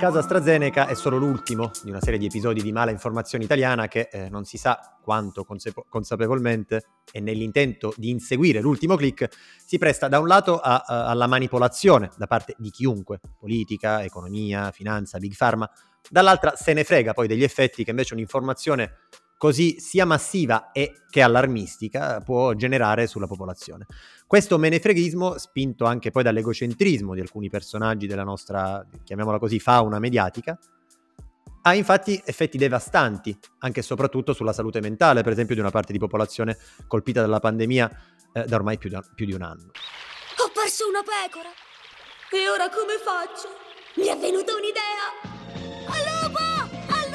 caso AstraZeneca è solo l'ultimo di una serie di episodi di mala informazione italiana che non si sa quanto consapevolmente e nell'intento di inseguire l'ultimo click si presta da un lato alla manipolazione da parte di chiunque, politica, economia, finanza, big pharma, dall'altra se ne frega poi degli effetti che invece un'informazione così sia massiva e che allarmistica può generare sulla popolazione. Questo menefreghismo, spinto anche poi dall'egocentrismo di alcuni personaggi della nostra, chiamiamola così, fauna mediatica, ha infatti effetti devastanti, anche e soprattutto sulla salute mentale, per esempio di una parte di popolazione colpita dalla pandemia da ormai più di un anno. Ho perso una pecora! E ora come faccio? Mi è venuta un'idea! Al lupo! Al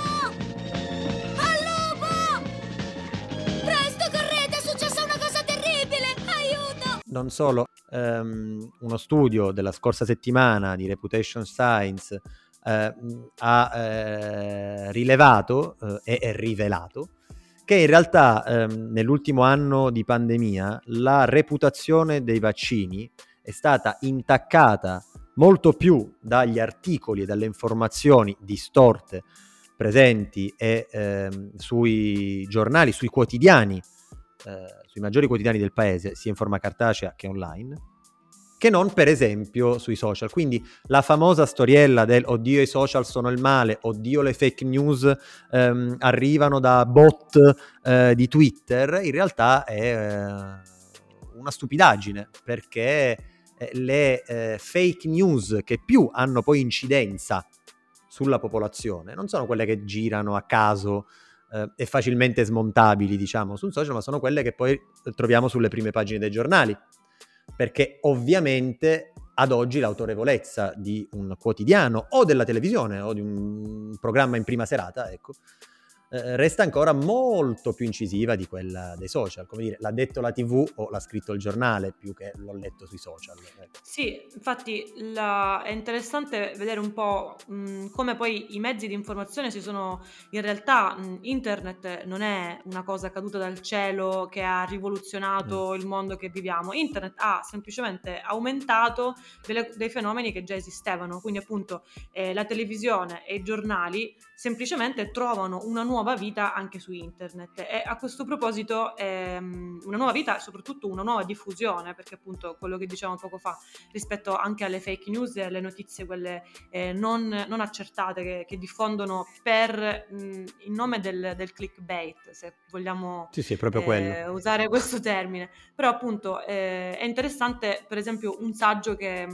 lupo! Al lupo! Presto, correte! È successa una cosa terribile! Aiuto! Non solo, uno studio della scorsa settimana di Reputation Science ha rilevato e rivelato che in realtà nell'ultimo anno di pandemia la reputazione dei vaccini è stata intaccata molto più dagli articoli e dalle informazioni distorte presenti sui giornali, sui quotidiani, sui maggiori quotidiani del paese, sia in forma cartacea che online, che non per esempio sui social. Quindi la famosa storiella del oddio i social sono il male, oddio le fake news arrivano da bot di Twitter, in realtà è una stupidaggine, perché le fake news che più hanno poi incidenza sulla popolazione non sono quelle che girano a caso e facilmente smontabili, diciamo, sul social, ma sono quelle che poi troviamo sulle prime pagine dei giornali, perché ovviamente ad oggi l'autorevolezza di un quotidiano o della televisione o di un programma in prima serata, ecco, resta ancora molto più incisiva di quella dei social. Come dire, l'ha detto la TV o l'ha scritto il giornale più che l'ho letto sui social. Ecco. Sì, infatti è interessante vedere un po' come poi i mezzi di informazione si sono, in realtà internet non è una cosa caduta dal cielo che ha rivoluzionato il mondo che viviamo. Internet ha semplicemente aumentato dei fenomeni che già esistevano, quindi appunto la televisione e i giornali semplicemente trovano una nuova vita anche su internet, e a questo proposito una nuova vita e soprattutto una nuova diffusione, perché appunto quello che dicevamo poco fa rispetto anche alle fake news e alle notizie quelle non accertate che diffondono per in nome del clickbait, se vogliamo sì, proprio quello. usare questo termine. Però appunto è interessante per esempio un saggio che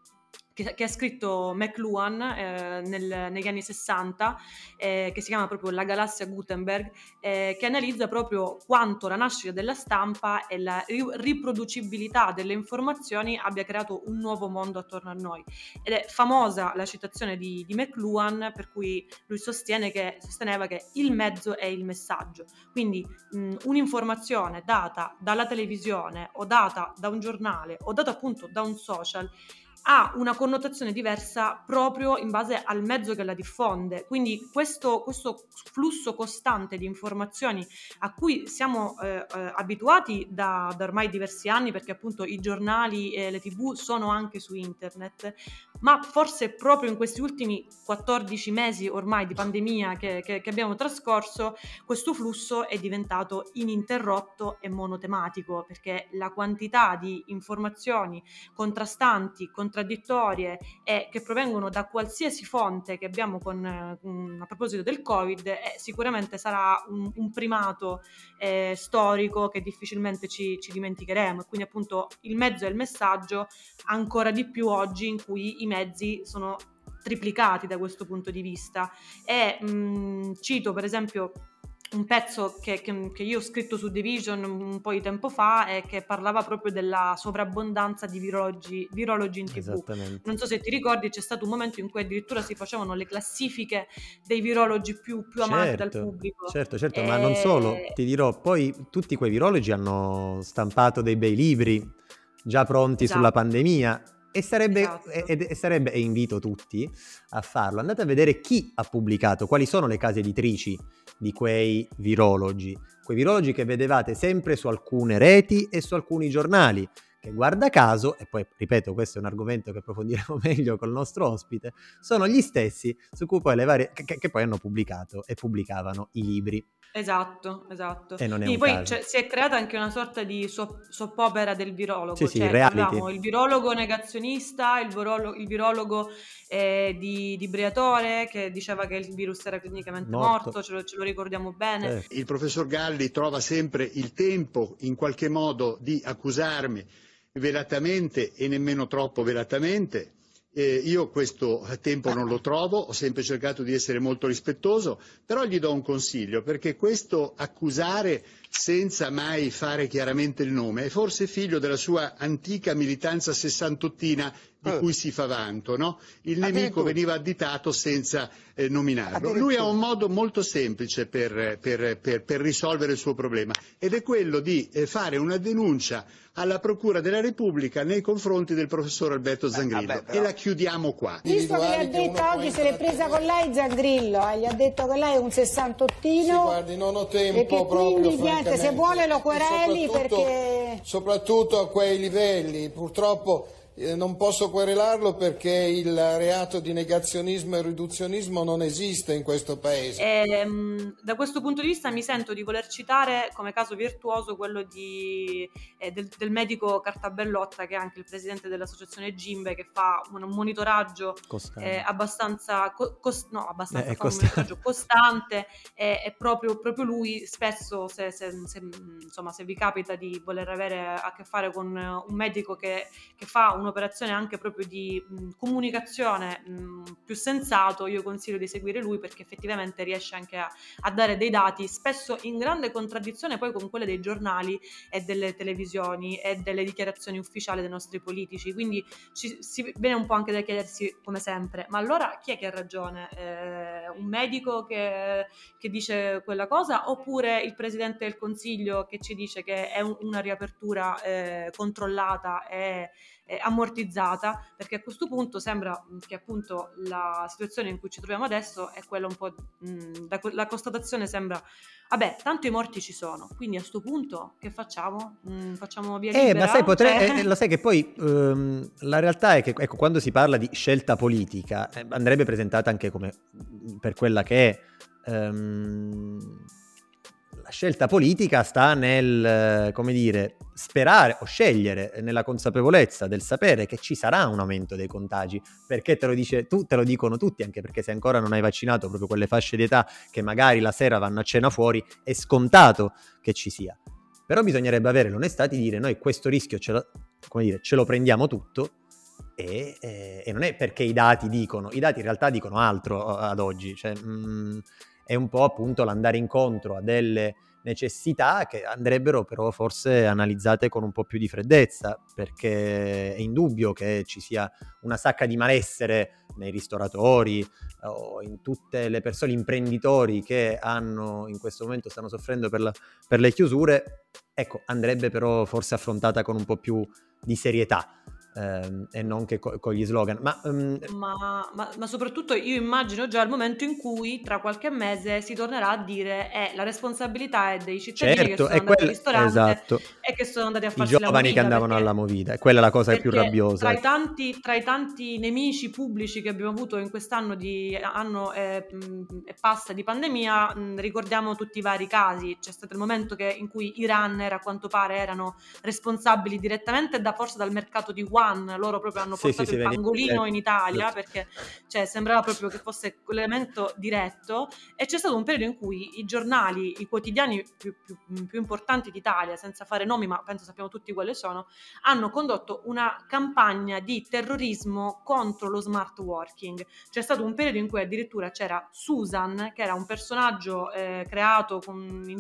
ha scritto McLuhan negli anni 60, che si chiama proprio La galassia Gutenberg, che analizza proprio quanto la nascita della stampa e la riproducibilità delle informazioni abbia creato un nuovo mondo attorno a noi. Ed è famosa la citazione di McLuhan, per cui lui sosteneva che il mezzo è il messaggio. Quindi un'informazione data dalla televisione o data da un giornale o data appunto da un social ha una connotazione diversa proprio in base al mezzo che la diffonde. Quindi questo flusso costante di informazioni a cui siamo abituati da ormai diversi anni, perché appunto i giornali e le TV sono anche su internet, ma forse proprio in questi ultimi 14 mesi ormai di pandemia che abbiamo trascorso, questo flusso è diventato ininterrotto e monotematico, perché la quantità di informazioni contrastanti, contraddittorie e che provengono da qualsiasi fonte che abbiamo a proposito del Covid sicuramente sarà un primato storico che difficilmente ci dimenticheremo. E quindi appunto il mezzo e il messaggio ancora di più oggi, in cui i mezzi sono triplicati da questo punto di vista. E cito per esempio un pezzo che io ho scritto su The Vision un po' di tempo fa e che parlava proprio della sovrabbondanza di virologi in TV. Non so se ti ricordi, c'è stato un momento in cui addirittura si facevano le classifiche dei virologi più amati dal pubblico. Certo, ma non solo, ti dirò, poi tutti quei virologi hanno stampato dei bei libri già pronti sulla pandemia. E sarebbe, e invito tutti a farlo, andate a vedere chi ha pubblicato, quali sono le case editrici di quei virologi che vedevate sempre su alcune reti e su alcuni giornali, che guarda caso, e poi ripeto, questo è un argomento che approfondiremo meglio col nostro ospite, sono gli stessi su cui poi le varie che poi hanno pubblicato e pubblicavano i libri. Esatto. E non è Quindi un poi caso. si è creata anche una sorta di soppopera del virologo, Sì, cioè reality. avevamo il virologo negazionista, il virologo di Briatore che diceva che il virus era clinicamente morto, ce lo ricordiamo bene. Certo. Il professor Galli trova sempre il tempo in qualche modo di accusarmi velatamente e nemmeno troppo velatamente. Io questo tempo non lo trovo, ho sempre cercato di essere molto rispettoso, però gli do un consiglio, perché questo accusare senza mai fare chiaramente il nome è forse figlio della sua antica militanza sessantottina di cui si fa vanto, no? Il nemico veniva additato senza nominarlo. Lui ha un modo molto semplice per risolvere il suo problema, ed è quello di fare una denuncia alla Procura della Repubblica nei confronti del professor Alberto Zangrillo, e la chiudiamo qua. Visto che gli ha detto oggi se l'è presa con lei Zangrillo, gli ha detto che lei è un sessantottino. Sì, guardi, non ho tempo e che proprio, quindi niente, se vuole lo quereli perché... Soprattutto a quei livelli, purtroppo non posso querelarlo perché il reato di negazionismo e riduzionismo non esiste in questo paese. Da questo punto di vista mi sento di voler citare come caso virtuoso quello del medico Cartabellotta, che è anche il presidente dell'associazione Gimbe, che fa un monitoraggio abbastanza monitoraggio costante, e proprio lui spesso, insomma, se vi capita di voler avere a che fare con un medico che fa un'operazione anche proprio di comunicazione più sensato, io consiglio di seguire lui, perché effettivamente riesce anche a dare dei dati spesso in grande contraddizione poi con quelle dei giornali e delle televisioni e delle dichiarazioni ufficiali dei nostri politici, quindi si viene un po' anche da chiedersi, come sempre, ma allora chi è che ha ragione? Un medico che dice quella cosa, oppure il Presidente del Consiglio che ci dice che è una riapertura controllata e ammortizzata? Perché a questo punto sembra che appunto la situazione in cui ci troviamo adesso è quella un po' la constatazione sembra, vabbè, tanto i morti ci sono, quindi a sto punto che facciamo? Facciamo via libera? Ma sai, lo sai che poi la realtà è che, ecco, quando si parla di scelta politica andrebbe presentata anche come per quella che è. La scelta politica sta nel, come dire, sperare o scegliere, nella consapevolezza del sapere che ci sarà un aumento dei contagi, perché te lo dicono tutti, anche perché se ancora non hai vaccinato proprio quelle fasce di età che magari la sera vanno a cena fuori, è scontato che ci sia. Però bisognerebbe avere l'onestà di dire: noi questo rischio ce lo prendiamo tutto, e non è perché i dati in realtà dicono altro ad oggi, cioè è un po' appunto l'andare incontro a delle necessità che andrebbero però forse analizzate con un po' più di freddezza, perché è indubbio che ci sia una sacca di malessere nei ristoratori o in tutte le persone, imprenditori che in questo momento stanno soffrendo per le chiusure. Ecco, andrebbe però forse affrontata con un po' più di serietà. E non che con gli slogan, ma soprattutto io immagino già il momento in cui tra qualche mese si tornerà a dire la responsabilità è dei cittadini che sono andati al ristorante e che sono andati a farsi la movida, i giovani che andavano alla movida, e quella è la cosa più rabbiosa. Tra i tanti nemici pubblici che abbiamo avuto in quest'anno anno e passa di pandemia, ricordiamo tutti i vari casi. C'è stato il momento in cui i runner, a quanto pare, erano responsabili direttamente forse dal mercato di Wuhan. Loro proprio hanno portato il pangolino in Italia, perché sembrava proprio che fosse collegamento diretto, e c'è stato un periodo in cui i giornali, i quotidiani più importanti d'Italia, senza fare nomi ma penso sappiamo tutti quali sono, hanno condotto una campagna di terrorismo contro lo smart working. C'è stato un periodo in cui addirittura c'era Susan, che era un personaggio creato in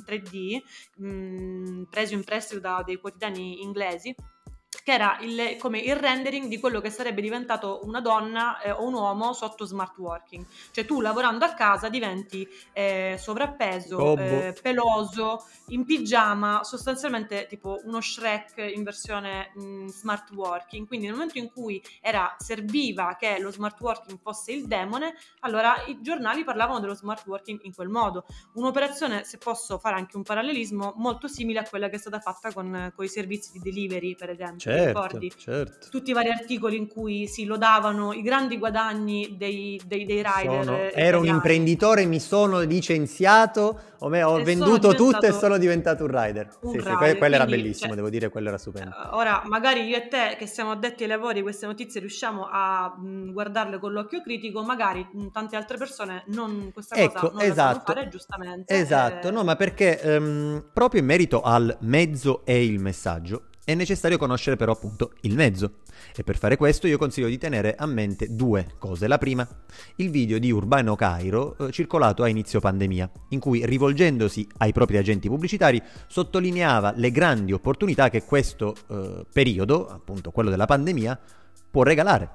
3D, preso in prestito da dei quotidiani inglesi, che era come il rendering di quello che sarebbe diventato una donna o un uomo sotto smart working. Cioè tu lavorando a casa diventi sovrappeso, peloso, in pigiama, sostanzialmente tipo uno Shrek in versione smart working. Quindi nel momento in cui serviva che lo smart working fosse il demone, allora i giornali parlavano dello smart working in quel modo. Un'operazione, se posso fare anche un parallelismo, molto simile a quella che è stata fatta con i servizi di delivery, per esempio. certo, ricordi? certo. Tutti i vari articoli in cui si lodavano i grandi guadagni dei rider Ero un italiani. imprenditore, mi sono licenziato, ho venduto tutto e sono diventato un rider. Sì, rider. quello era Quindi, bellissimo, cioè, devo dire, quello era stupendo. Ora, magari io e te, che siamo addetti ai lavori, queste notizie riusciamo a guardarle con l'occhio critico, magari tante altre persone questa cosa non la sanno fare, giustamente. Esatto, no, ma perché proprio in merito al mezzo e il messaggio è necessario conoscere però appunto il mezzo. E per fare questo io consiglio di tenere a mente due cose. La prima, il video di Urbano Cairo circolato a inizio pandemia, in cui rivolgendosi ai propri agenti pubblicitari sottolineava le grandi opportunità che questo periodo, appunto quello della pandemia, può regalare.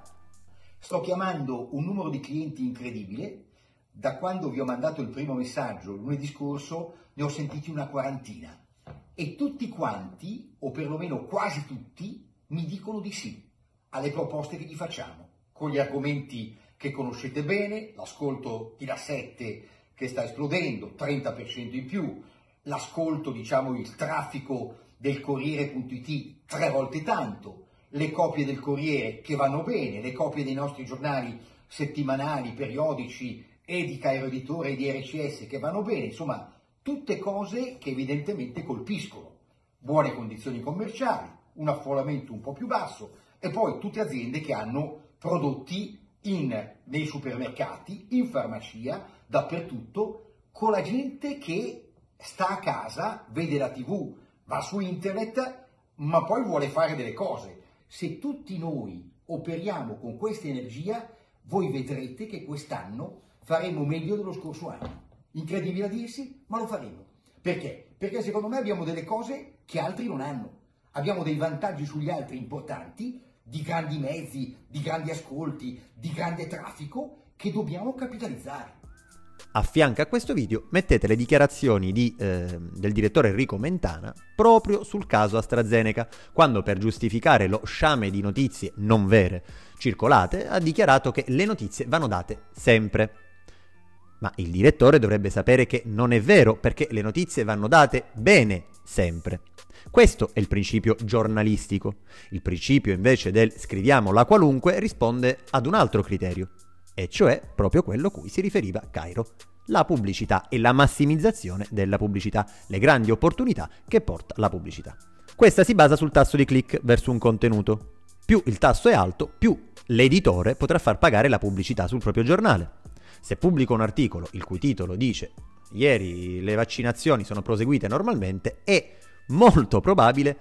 Sto chiamando un numero di clienti incredibile. Da quando vi ho mandato il primo messaggio lunedì scorso ne ho sentiti una quarantina e tutti quanti, o perlomeno quasi tutti, mi dicono di sì alle proposte che gli facciamo, con gli argomenti che conoscete bene, l'ascolto di La 7 che sta esplodendo, 30% in più, l'ascolto, diciamo, il traffico del Corriere.it 3 volte tanto, le copie del Corriere che vanno bene, le copie dei nostri giornali settimanali, periodici e di Cairo Editore e di RCS che vanno bene, insomma tutte cose che evidentemente colpiscono. Buone condizioni commerciali, un affollamento un po' più basso e poi tutte aziende che hanno prodotti nei supermercati, in farmacia, dappertutto, con la gente che sta a casa, vede la TV, va su internet, ma poi vuole fare delle cose. Se tutti noi operiamo con questa energia, voi vedrete che quest'anno faremo meglio dello scorso anno. Incredibile a dirsi, ma lo faremo. Perché? Perché secondo me abbiamo delle cose che altri non hanno. Abbiamo dei vantaggi sugli altri importanti, di grandi mezzi, di grandi ascolti, di grande traffico, che dobbiamo capitalizzare. A fianco a questo video mettete le dichiarazioni del direttore Enrico Mentana proprio sul caso AstraZeneca, quando per giustificare lo sciame di notizie non vere circolate ha dichiarato che le notizie vanno date sempre. Ma il direttore dovrebbe sapere che non è vero, perché le notizie vanno date bene sempre. Questo è il principio giornalistico. Il principio invece del scriviamo la qualunque risponde ad un altro criterio, e cioè proprio quello a cui si riferiva Cairo: la pubblicità e la massimizzazione della pubblicità, le grandi opportunità che porta la pubblicità. Questa si basa sul tasso di click verso un contenuto. Più il tasso è alto, più l'editore potrà far pagare la pubblicità sul proprio giornale. Se pubblico un articolo il cui titolo dice ieri le vaccinazioni sono proseguite normalmente, è molto probabile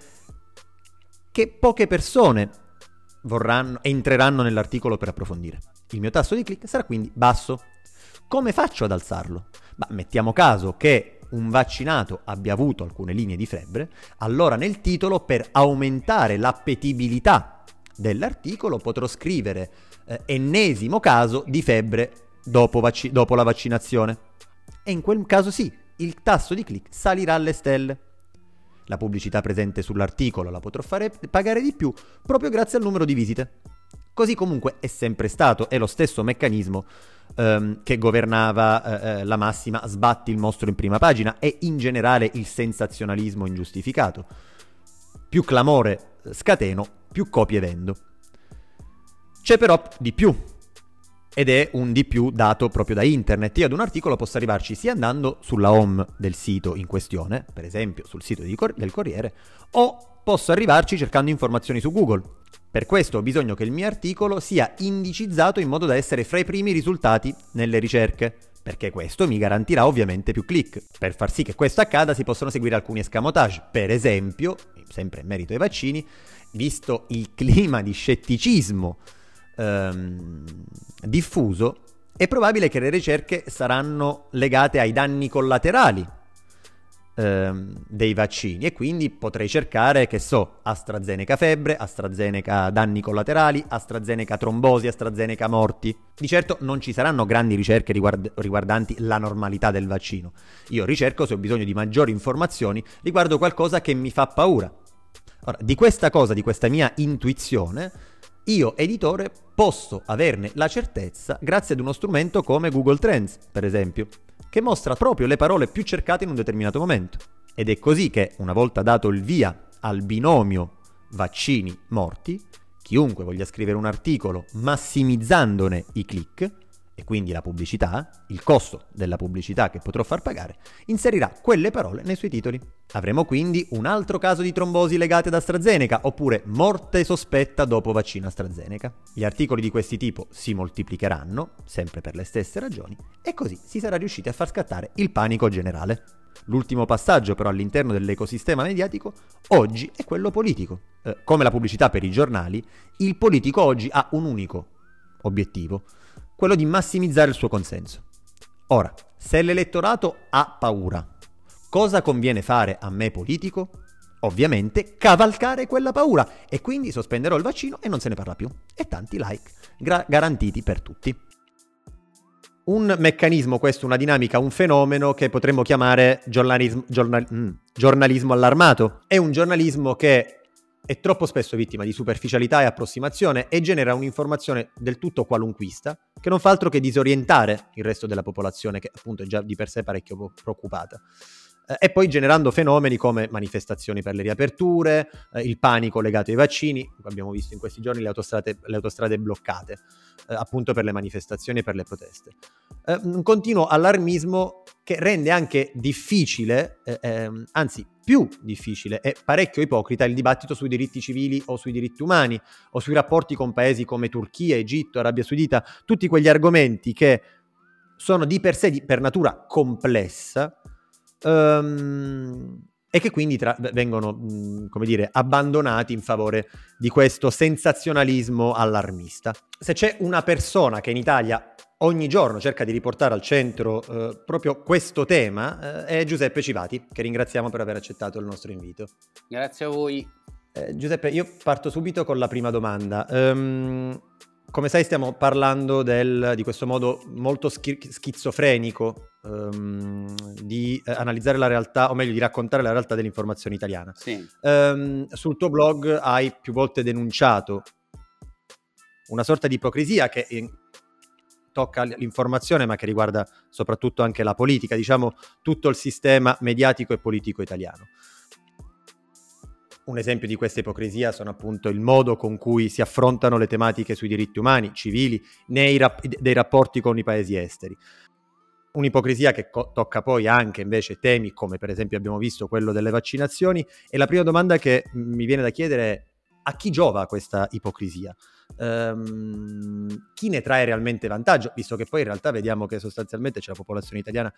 che poche persone entreranno nell'articolo per approfondire. Il mio tasso di click sarà quindi basso. Come faccio ad alzarlo? Mettiamo caso che un vaccinato abbia avuto alcune linee di febbre, allora nel titolo, per aumentare l'appetibilità dell'articolo, potrò scrivere ennesimo caso di febbre dopo la vaccinazione. E in quel caso sì, il tasso di click salirà alle stelle. La pubblicità presente sull'articolo la potrò fare pagare di più proprio grazie al numero di visite. Così comunque è sempre stato, è lo stesso meccanismo che governava la massima sbatti il mostro in prima pagina e in generale il sensazionalismo ingiustificato. Più clamore scateno, più copie vendo. C'è però di più, ed è un di più dato proprio da internet. Io ad un articolo posso arrivarci sia andando sulla home del sito in questione, per esempio sul sito del Corriere, o posso arrivarci cercando informazioni su Google. Per questo ho bisogno che il mio articolo sia indicizzato in modo da essere fra i primi risultati nelle ricerche, perché questo mi garantirà ovviamente più click. Per far sì che questo accada si possono seguire alcuni escamotage. Per esempio, sempre in merito ai vaccini, visto il clima di scetticismo diffuso, è probabile che le ricerche saranno legate ai danni collaterali dei vaccini, e quindi potrei cercare, che so, AstraZeneca febbre, AstraZeneca danni collaterali, AstraZeneca trombosi, AstraZeneca morti. Di certo non ci saranno grandi ricerche riguardanti la normalità del vaccino. Io ricerco se ho bisogno di maggiori informazioni riguardo qualcosa che mi fa paura. Ora, di questa cosa, di questa mia intuizione, io, editore, posso averne la certezza grazie ad uno strumento come Google Trends, per esempio, che mostra proprio le parole più cercate in un determinato momento. Ed è così che, una volta dato il via al binomio vaccini morti, chiunque voglia scrivere un articolo massimizzandone i click, e quindi la pubblicità, il costo della pubblicità che potrò far pagare, inserirà quelle parole nei suoi titoli. Avremo quindi un altro caso di trombosi legate ad AstraZeneca, oppure morte sospetta dopo vaccino AstraZeneca. Gli articoli di questo tipo si moltiplicheranno, sempre per le stesse ragioni, e così si sarà riusciti a far scattare il panico generale. L'ultimo passaggio però all'interno dell'ecosistema mediatico oggi è quello politico. Come la pubblicità per i giornali, il politico oggi ha un unico obiettivo, quello di massimizzare il suo consenso. Ora, se l'elettorato ha paura, cosa conviene fare a me politico? Ovviamente cavalcare quella paura, e quindi sospenderò il vaccino e non se ne parla più. E tanti like garantiti per tutti. Un meccanismo, questo, una dinamica, un fenomeno che potremmo chiamare giornalismo allarmato. È un giornalismo che è troppo spesso vittima di superficialità e approssimazione e genera un'informazione del tutto qualunquista che non fa altro che disorientare il resto della popolazione, che appunto è già di per sé parecchio preoccupata. E poi generando fenomeni come manifestazioni per le riaperture, il panico legato ai vaccini. Abbiamo visto in questi giorni le autostrade bloccate, appunto per le manifestazioni e per le proteste. Un continuo allarmismo che rende anche difficile, anzi più difficile e parecchio ipocrita, il dibattito sui diritti civili o sui diritti umani o sui rapporti con paesi come Turchia, Egitto, Arabia Saudita, tutti quegli argomenti che sono di per sé per natura complessa, e che quindi vengono, come dire, abbandonati in favore di questo sensazionalismo allarmista. Se c'è una persona che in Italia ogni giorno cerca di riportare al centro proprio questo tema, è Giuseppe Civati, che ringraziamo per aver accettato il nostro invito. Grazie a voi. Giuseppe, io parto subito con la prima domanda. Come sai, stiamo parlando di questo modo molto schizofrenico di analizzare la realtà, o meglio di raccontare la realtà dell'informazione italiana. Sì. Sul tuo blog hai più volte denunciato una sorta di ipocrisia che tocca l'informazione, ma che riguarda soprattutto anche la politica, diciamo tutto il sistema mediatico e politico italiano. Un esempio di questa ipocrisia sono appunto il modo con cui si affrontano le tematiche sui diritti umani, civili, dei rapporti con i paesi esteri. Un'ipocrisia che tocca poi anche invece temi come per esempio abbiamo visto quello delle vaccinazioni, e la prima domanda che mi viene da chiedere è: a chi giova questa ipocrisia? Chi ne trae realmente vantaggio, visto che poi in realtà vediamo che sostanzialmente c'è la popolazione italiana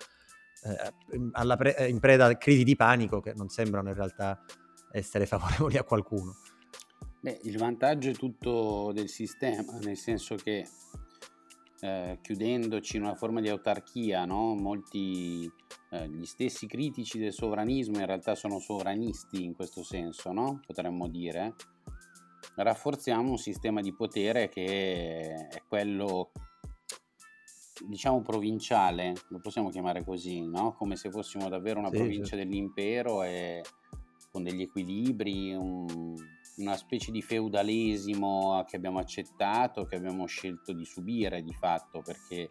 in preda a crisi di panico che non sembrano in realtà essere favorevoli a qualcuno. Il vantaggio è tutto del sistema, nel senso che chiudendoci in una forma di autarchia, no? Molti gli stessi critici del sovranismo in realtà sono sovranisti in questo senso, no? Potremmo dire. Rafforziamo un sistema di potere che è quello, diciamo, provinciale, lo possiamo chiamare così, no? Come se fossimo davvero una provincia dell'impero, e con degli equilibri, una specie di feudalesimo che abbiamo accettato, che abbiamo scelto di subire di fatto, perché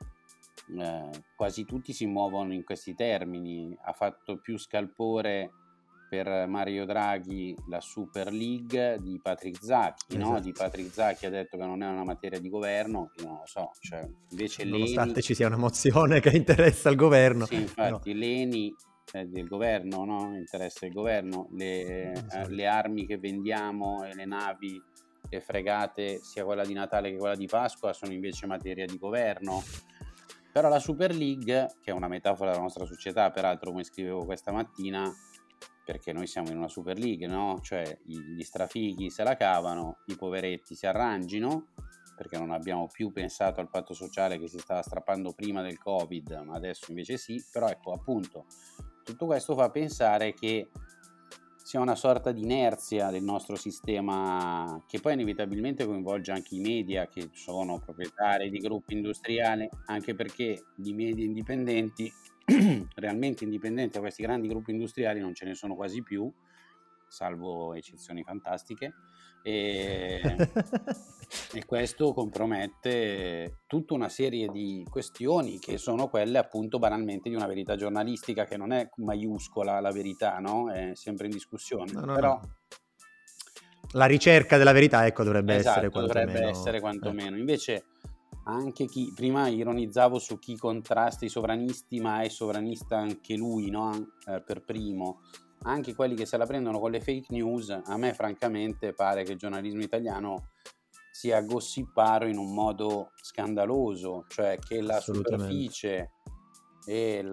quasi tutti si muovono in questi termini. Ha fatto più scalpore per Mario Draghi la Super League di Patrick Zaki, no? Di Patrick Zaki ha detto che non è una materia di governo, io non lo so, cioè, invece nonostante ci sia una mozione che interessa il governo. Sì, infatti, l'ENI del governo, no? Interessa il governo, le armi che vendiamo e le navi e fregate, sia quella di Natale che quella di Pasqua, sono invece materia di governo. Però la Super League, che è una metafora della nostra società, peraltro, come scrivevo questa mattina, perché noi siamo in una Super League, no? Cioè gli strafighi se la cavano, i poveretti si arrangino, perché non abbiamo più pensato al patto sociale che si stava strappando prima del Covid, ma adesso invece sì. Però ecco, appunto, tutto questo fa pensare che sia una sorta di inerzia del nostro sistema, che poi inevitabilmente coinvolge anche i media, che sono proprietari di gruppi industriali, anche perché di media indipendenti, realmente indipendenti, a questi grandi gruppi industriali non ce ne sono quasi più, salvo eccezioni fantastiche, e questo compromette tutta una serie di questioni che sono quelle appunto banalmente di una verità giornalistica, che non è maiuscola la verità, no? È sempre in discussione, però La ricerca della verità, ecco, dovrebbe essere quantomeno. Dovrebbe essere quantomeno. Invece anche chi, prima ironizzavo su chi contrasta i sovranisti, ma è sovranista anche lui, no? Per primo. Anche quelli che se la prendono con le fake news, a me francamente pare che il giornalismo italiano sia gossiparo in un modo scandaloso, cioè che la superficie e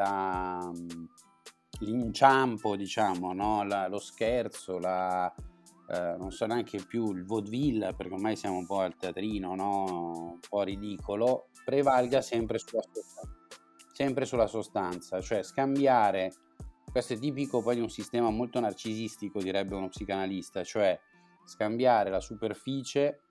l'inciampo, diciamo, no? Lo scherzo, non so neanche più il vaudeville, perché ormai siamo un po' al teatrino, no? Un po' ridicolo, prevalga sempre sulla sostanza, cioè scambiare. Questo è tipico poi di un sistema molto narcisistico, direbbe uno psicanalista, cioè scambiare la superficie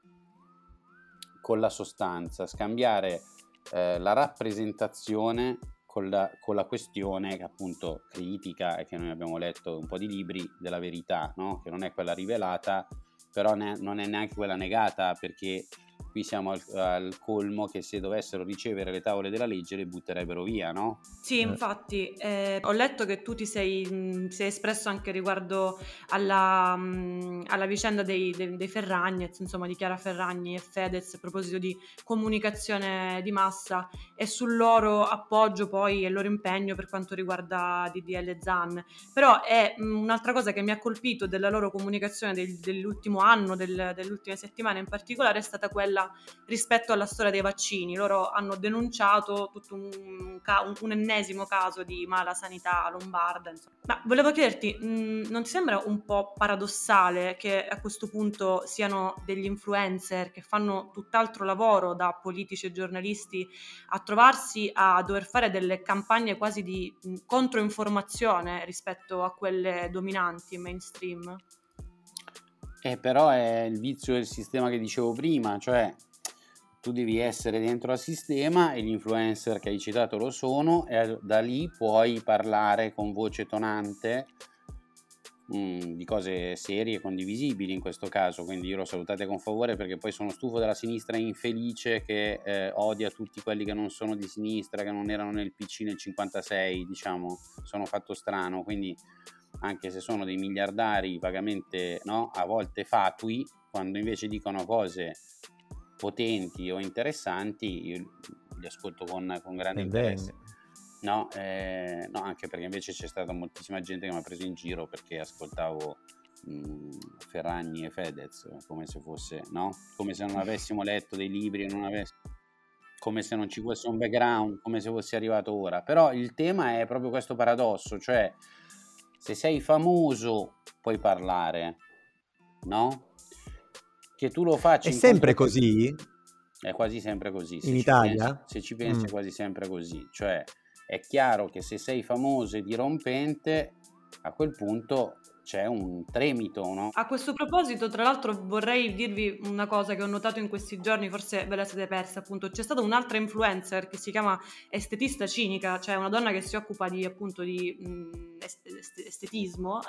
con la sostanza, scambiare la rappresentazione con la questione che appunto critica, e che noi abbiamo letto un po' di libri, della verità, no? Che non è quella rivelata, però non è neanche quella negata, perché qui siamo al colmo che se dovessero ricevere le tavole della legge le butterebbero via, no? Sì, infatti, ho letto che tu ti sei espresso anche riguardo alla vicenda dei Ferragnez, insomma di Chiara Ferragni e Fedez, a proposito di comunicazione di massa e sul loro appoggio poi e il loro impegno per quanto riguarda DDL Zan. Però è un'altra cosa che mi ha colpito della loro comunicazione dell'ultimo anno, delle ultime settimane in particolare, è stata quella rispetto alla storia dei vaccini. Loro hanno denunciato tutto un ennesimo caso di mala sanità lombarda, insomma. Ma volevo chiederti, non ti sembra un po' paradossale che a questo punto siano degli influencer che fanno tutt'altro lavoro da politici e giornalisti a trovarsi a dover fare delle campagne quasi di controinformazione rispetto a quelle dominanti mainstream? Però è il vizio del sistema che dicevo prima, cioè tu devi essere dentro al sistema e gli influencer che hai citato lo sono, e da lì puoi parlare con voce tonante di cose serie e condivisibili in questo caso. Quindi io lo salutate con favore, perché poi sono stufo della sinistra infelice che odia tutti quelli che non sono di sinistra, che non erano nel PC nel 56, diciamo, sono fatto strano. Quindi anche se sono dei miliardari vagamente, no, a volte fatui, quando invece dicono cose potenti o interessanti, io li ascolto con grande interesse. No, anche perché invece c'è stata moltissima gente che mi ha preso in giro perché ascoltavo Ferragni e Fedez come se fosse, no? Come se non avessimo letto dei libri e come se non ci fosse un background, come se fosse arrivato ora. Però il tema è proprio questo paradosso, cioè se sei famoso puoi parlare, no? Che tu lo faccia. È sempre così? È quasi sempre così. In Italia? Se ci pensi è quasi sempre così. Cioè è chiaro che se sei famoso e dirompente, a quel punto c'è un tremito, no? A questo proposito, tra l'altro, vorrei dirvi una cosa che ho notato in questi giorni, forse ve la siete persa, appunto. C'è stata un'altra influencer che si chiama Estetista Cinica, cioè una donna che si occupa di estetismo,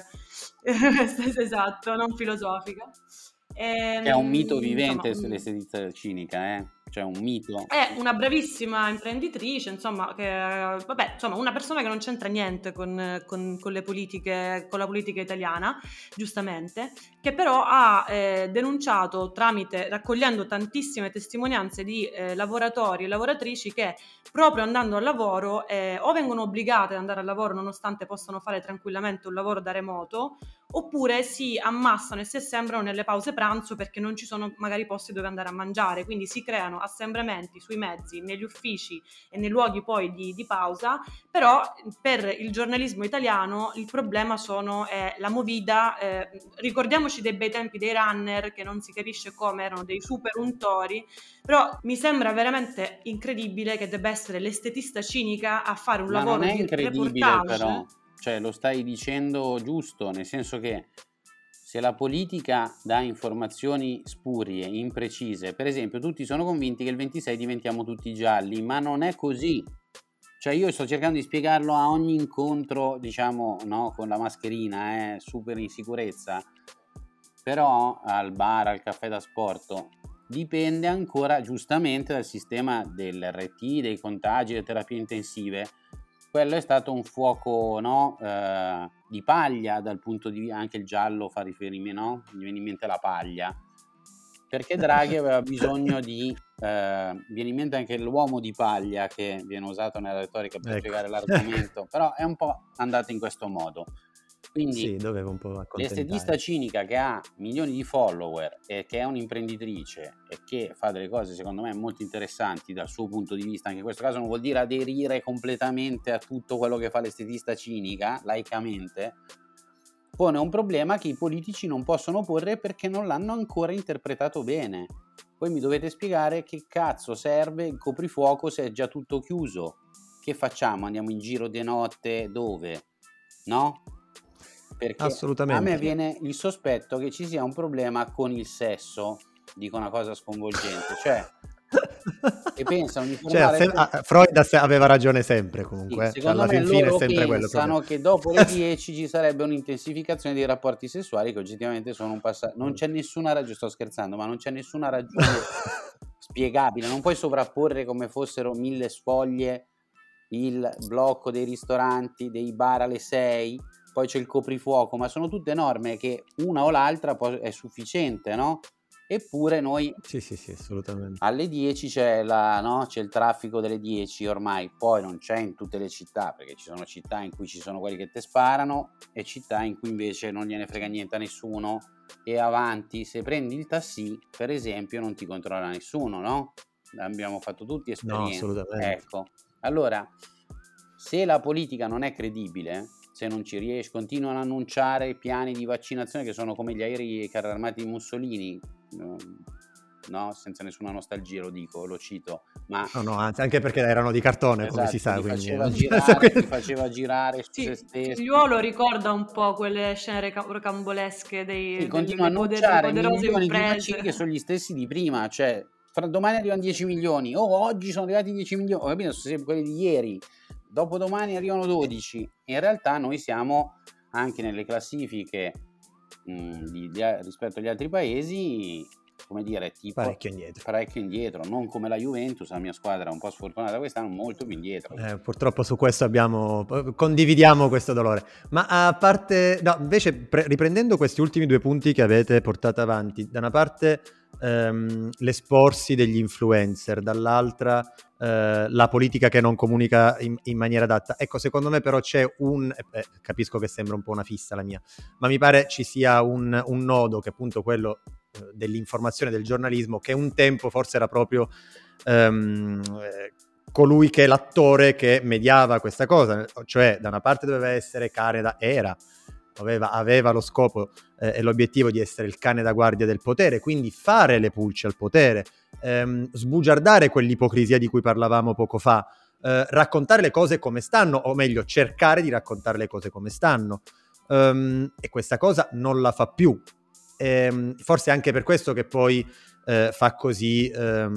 esatto, non filosofica. È un mito vivente, insomma, l'estetista cinica, cioè un mito. È una bravissima imprenditrice, insomma, una persona che non c'entra niente con le politiche, con la politica italiana, giustamente, che però ha denunciato raccogliendo tantissime testimonianze di lavoratori e lavoratrici che proprio andando al lavoro o vengono obbligate ad andare al lavoro nonostante possano fare tranquillamente un lavoro da remoto, oppure si ammassano e si assembrano nelle pause pranzo perché non ci sono magari posti dove andare a mangiare, quindi si creano assembramenti sui mezzi, negli uffici e nei luoghi poi di pausa. Però per il giornalismo italiano il problema è la movida, ricordiamoci dei bei tempi dei runner, che non si capisce come erano dei super untori, però mi sembra veramente incredibile che debba essere l'estetista cinica a fare un lavoro non è di incredibile reportage. però, cioè lo stai dicendo giusto, nel senso che se la politica dà informazioni spurie, imprecise, per esempio tutti sono convinti che il 26 diventiamo tutti gialli, ma non è così. Cioè io sto cercando di spiegarlo a ogni incontro, diciamo, no, con la mascherina, super in sicurezza, però al bar, al caffè da sport, dipende ancora giustamente dal sistema dell'RT, dei contagi, delle terapie intensive, quello è stato un fuoco, no, di paglia dal punto di vista, anche il giallo fa riferimento, no? Mi viene in mente la paglia, perché Draghi aveva bisogno di, viene in mente anche l'uomo di paglia che viene usato nella retorica per spiegare l'argomento, però è un po' andato in questo modo. Quindi sì, dovevo un po' accontentare. l'estetista cinica che ha milioni di follower e che è un'imprenditrice e che fa delle cose secondo me molto interessanti dal suo punto di vista, anche in questo caso non vuol dire aderire completamente a tutto quello che fa l'estetista cinica, laicamente, pone un problema che i politici non possono porre perché non l'hanno ancora interpretato bene. Poi mi dovete spiegare che cazzo serve il coprifuoco se è già tutto chiuso. Che facciamo? Andiamo in giro di notte? Dove? No? Perché assolutamente. A me viene il sospetto che ci sia un problema con il sesso, dico una cosa sconvolgente, cioè che pensano di formare Freud aveva ragione sempre comunque, sì, secondo alla me fin fine è loro sempre quello pensano che dopo le 10 ci sarebbe un'intensificazione dei rapporti sessuali che oggettivamente sono un passaggio, non c'è nessuna ragione, sto scherzando, ma non c'è nessuna ragione spiegabile, non puoi sovrapporre come fossero 1000 sfoglie il blocco dei ristoranti, dei bar alle 6, poi c'è il coprifuoco, ma sono tutte norme che una o l'altra è sufficiente, no? Eppure noi sì, assolutamente. Alle 10 c'è il traffico delle 10 ormai, poi non c'è in tutte le città, perché ci sono città in cui ci sono quelli che te sparano e città in cui invece non gliene frega niente a nessuno, e avanti, se prendi il taxi per esempio non ti controlla nessuno, no? Abbiamo fatto tutti esperienze. No, assolutamente. Ecco, allora se la politica non è credibile, se non ci riesce, continuano a annunciare piani di vaccinazione che sono come gli aerei e i carri armati di Mussolini, no, senza nessuna nostalgia lo cito, ma no, anche perché erano di cartone, come si sa, quindi li faceva girare su se stesso. Figliuolo ricorda un po' quelle scene rocambolesche dei continua a annunciare milioni di vaccini che sono gli stessi di prima, cioè fra domani arrivano 10 milioni, oggi sono arrivati 10 milioni, ho capito, sono sempre quelli di ieri, dopodomani arrivano 12. In realtà noi siamo anche nelle classifiche rispetto agli altri paesi, come dire, tipo parecchio indietro, non come la Juventus, la mia squadra un po' sfortunata quest'anno, molto più indietro. Purtroppo su questo condividiamo questo dolore. Ma a parte, no, invece riprendendo questi ultimi due punti che avete portato avanti, da una parte l'esporsi degli influencer, dall'altra la politica che non comunica in maniera adatta. Ecco, secondo me però c'è capisco che sembra un po' una fissa la mia, ma mi pare ci sia un nodo che è appunto quello dell'informazione, del giornalismo, che un tempo forse era proprio colui che è l'attore che mediava questa cosa, cioè da una parte doveva essere aveva lo scopo e l'obiettivo di essere il cane da guardia del potere, quindi fare le pulci al potere, sbugiardare quell'ipocrisia di cui parlavamo poco fa, raccontare le cose come stanno, o meglio cercare di raccontare le cose come stanno, e questa cosa non la fa più, forse anche per questo che poi fa così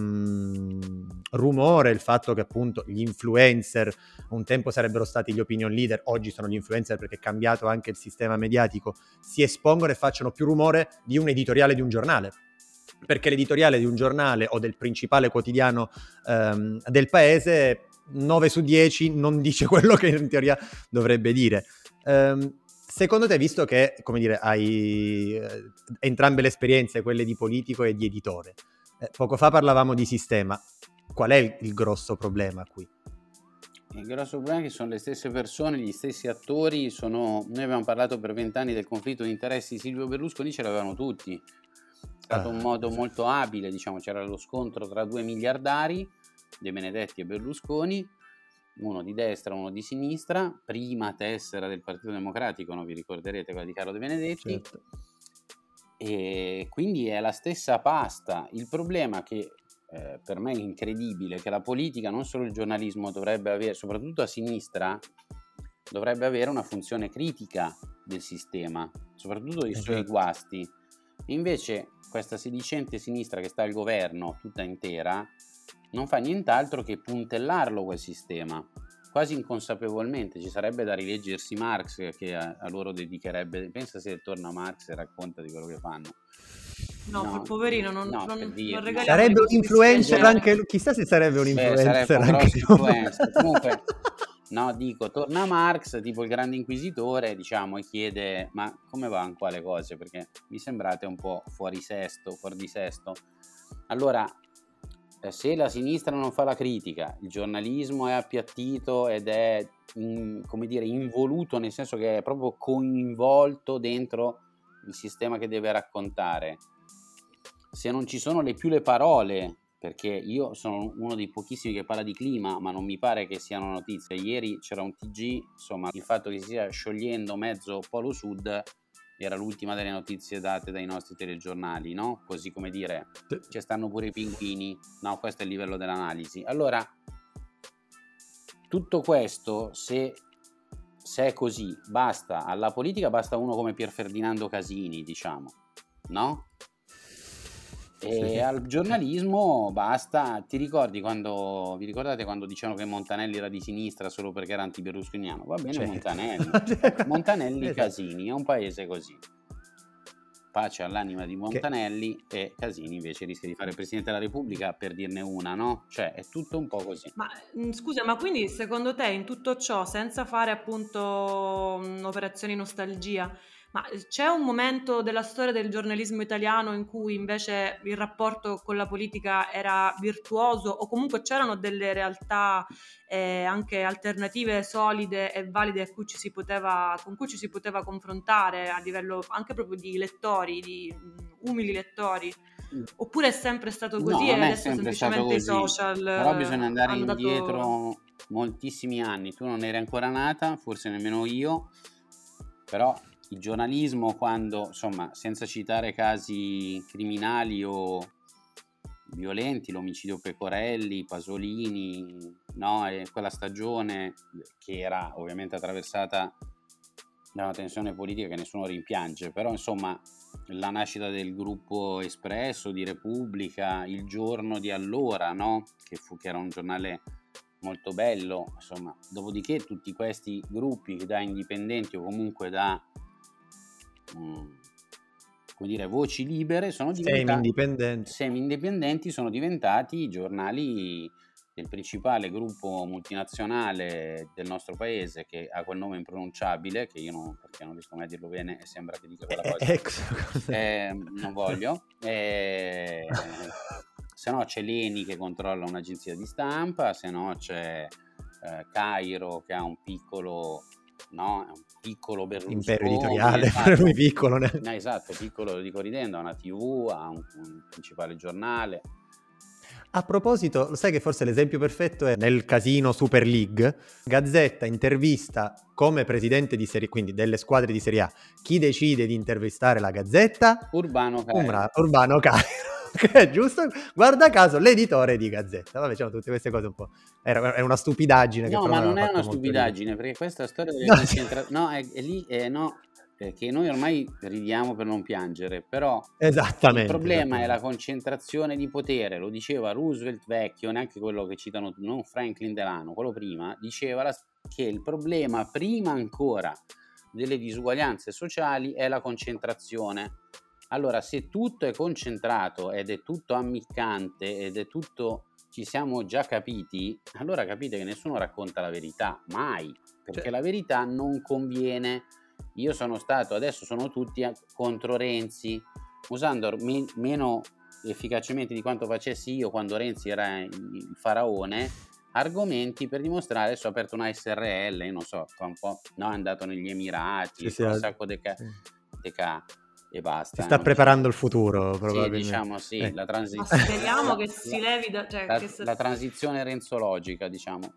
rumore il fatto che appunto gli influencer un tempo sarebbero stati gli opinion leader, oggi sono gli influencer perché è cambiato anche il sistema mediatico, si espongono e facciano più rumore di un editoriale di un giornale, perché l'editoriale di un giornale o del principale quotidiano del paese 9 su 10 non dice quello che in teoria dovrebbe dire. Secondo te, visto che, come dire, hai entrambe le esperienze, quelle di politico e di editore, poco fa parlavamo di sistema, qual è il grosso problema qui? Il grosso problema è che sono le stesse persone, gli stessi attori, noi abbiamo parlato per 20 anni del conflitto di interessi di Silvio Berlusconi, ce l'avevano tutti, è stato un modo molto abile, diciamo, c'era lo scontro tra due miliardari, De Benedetti e Berlusconi, uno di destra, uno di sinistra, prima tessera del Partito Democratico, non vi ricorderete, quella di Carlo De Benedetti, certo. E quindi è la stessa pasta. Il problema che per me è incredibile, che la politica, non solo il giornalismo, dovrebbe avere, soprattutto a sinistra, dovrebbe avere una funzione critica del sistema, soprattutto dei suoi guasti. Invece questa sedicente sinistra che sta al governo tutta intera non fa nient'altro che puntellarlo quel sistema, quasi inconsapevolmente. Ci sarebbe da rileggersi Marx, che a loro dedicherebbe, pensa se torna Marx e racconta di quello che fanno. No, poverino, non regaliamo. Sarebbe un influencer anche lui, chissà se sarebbe un influencer sarebbe un anche influencer. Comunque No, dico, torna Marx, tipo il grande inquisitore, diciamo, e chiede, ma come vanno qua le cose? Perché mi sembrate un po' fuori di sesto. Allora, se la sinistra non fa la critica, il giornalismo è appiattito ed è, come dire, involuto, nel senso che è proprio coinvolto dentro il sistema che deve raccontare. Se non ci sono più le parole, perché io sono uno dei pochissimi che parla di clima, ma non mi pare che siano notizie. Ieri c'era un TG, insomma, il fatto che si stia sciogliendo mezzo polo sud era l'ultima delle notizie date dai nostri telegiornali, no? Così come dire, ci stanno pure i pinguini, no? Questo è il livello dell'analisi. Allora, tutto questo, se è così, basta, alla politica basta uno come Pier Ferdinando Casini, diciamo, no? E al giornalismo basta. Vi ricordate quando dicevano che Montanelli era di sinistra solo perché era anti-berlusconiano? Va bene, certo. Montanelli Casini, è un paese così. Pace all'anima di Montanelli, e Casini invece rischia di fare Presidente della Repubblica, per dirne una, no? Cioè è tutto un po' così. Ma scusa, ma quindi secondo te in tutto ciò, senza fare appunto operazioni nostalgia, ma c'è un momento della storia del giornalismo italiano in cui invece il rapporto con la politica era virtuoso, o comunque c'erano delle realtà anche alternative, solide e valide con cui ci si poteva confrontare a livello anche proprio di lettori, di umili lettori? Oppure è sempre stato così, no, e non è adesso sempre semplicemente stato i social però bisogna andare hanno indietro moltissimi anni. Tu non eri ancora nata, forse nemmeno io, però il giornalismo, quando, insomma, senza citare casi criminali o violenti, l'omicidio Pecorelli, Pasolini, no? E quella stagione che era ovviamente attraversata da una tensione politica che nessuno rimpiange, però insomma la nascita del gruppo Espresso di Repubblica, Il Giorno di allora, no? Che era un giornale molto bello, insomma, dopodiché tutti questi gruppi da indipendenti o comunque da come dire, voci libere sono diventati semi-indipendenti, sono diventati i giornali del principale gruppo multinazionale del nostro paese, che ha quel nome impronunciabile, che io non, perché non riesco mai a dirlo bene e sembra che dica quella cosa, non voglio, se no c'è Leni che controlla un'agenzia di stampa, se no c'è Cairo che ha un piccolo Berlusconi, impero editoriale, lui piccolo, no, esatto, piccolo, lo dico ridendo, ha una TV, ha un principale giornale. A proposito, lo sai che forse l'esempio perfetto è nel casino Super League. Gazzetta intervista come presidente di serie, quindi delle squadre di Serie A. Chi decide di intervistare la Gazzetta? Urbano Cairo. Urbano Cairo. Che è giusto, guarda caso, l'editore di Gazzetta. Vabbè, diciamo tutte queste cose un po'. È una stupidaggine. No, che ma non è una stupidaggine, perché questa storia delle concentrazioni. No, è lì, no. Che noi ormai ridiamo per non piangere, però il problema è la concentrazione di potere. Lo diceva Roosevelt vecchio, neanche quello che citano, non Franklin Delano, quello prima, diceva che il problema prima ancora delle disuguaglianze sociali è la concentrazione. Allora, se tutto è concentrato ed è tutto ammiccante ed è tutto, ci siamo già capiti, allora capite che nessuno racconta la verità, mai, perché la verità non conviene. Io sono stato, adesso sono tutti contro Renzi, usando meno efficacemente di quanto facessi io quando Renzi era il faraone, argomenti per dimostrare. Adesso ho aperto una SRL, io non so, un po', no, è andato negli Emirati, un sacco di e basta. Si sta preparando il futuro, probabilmente. Sì, diciamo sì, la transizione. Ma speriamo che si levi la transizione renzologica, diciamo.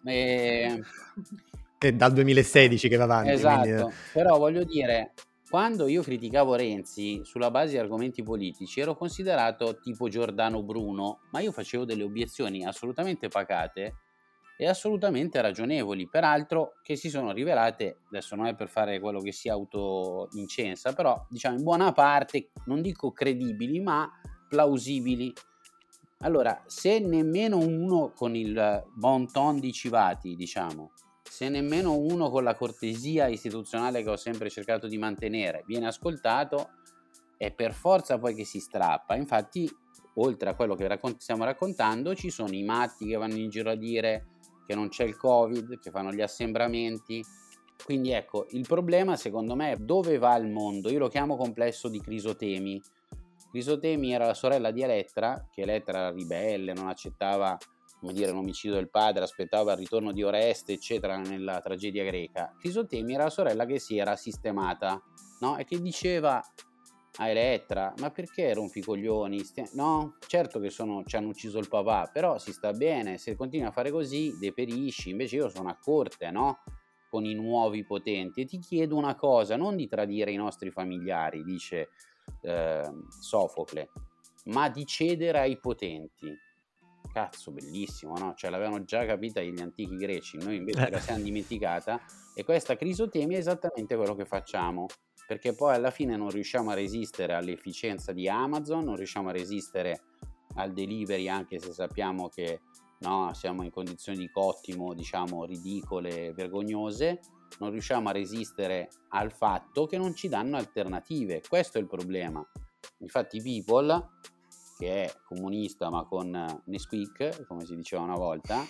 È dal 2016 che va avanti. Esatto, quindi... però voglio dire, quando io criticavo Renzi sulla base di argomenti politici ero considerato tipo Giordano Bruno, ma io facevo delle obiezioni assolutamente pacate e assolutamente ragionevoli, peraltro che si sono rivelate, adesso non è per fare quello che si auto-incensa, però diciamo in buona parte, non dico credibili, ma plausibili. Allora, se nemmeno uno con il bon ton di Civati, diciamo, se nemmeno uno con la cortesia istituzionale che ho sempre cercato di mantenere viene ascoltato, è per forza poi che si strappa. Infatti, oltre a quello che stiamo raccontando, ci sono i matti che vanno in giro a dire che non c'è il Covid, che fanno gli assembramenti. Quindi ecco, il problema secondo me è dove va il mondo. Io lo chiamo complesso di Crisotemi. Crisotemi era la sorella di Elettra, che Elettra era ribelle, non accettava, come dire, l'omicidio del padre, aspettava il ritorno di Oreste, eccetera, nella tragedia greca. Crisotemi era la sorella che si era sistemata, no? E che diceva a Elettra: ma perché rompi i coglioni? No, certo che ci hanno ucciso il papà, però si sta bene, se continui a fare così deperisci. Invece io sono a corte, no? Con i nuovi potenti, e ti chiedo una cosa, non di tradire i nostri familiari, dice Sofocle, ma di cedere ai potenti. Cazzo, bellissimo, no? Cioè l'avevano già capita gli antichi greci, noi invece la siamo dimenticata, e questa Crisotemi è esattamente quello che facciamo, perché poi alla fine non riusciamo a resistere all'efficienza di Amazon, non riusciamo a resistere al delivery, anche se sappiamo che no, siamo in condizioni di cottimo, diciamo, ridicole, vergognose. Non riusciamo a resistere al fatto che non ci danno alternative. Questo è il problema. Infatti People, che è comunista ma con Nesquik, come si diceva una volta,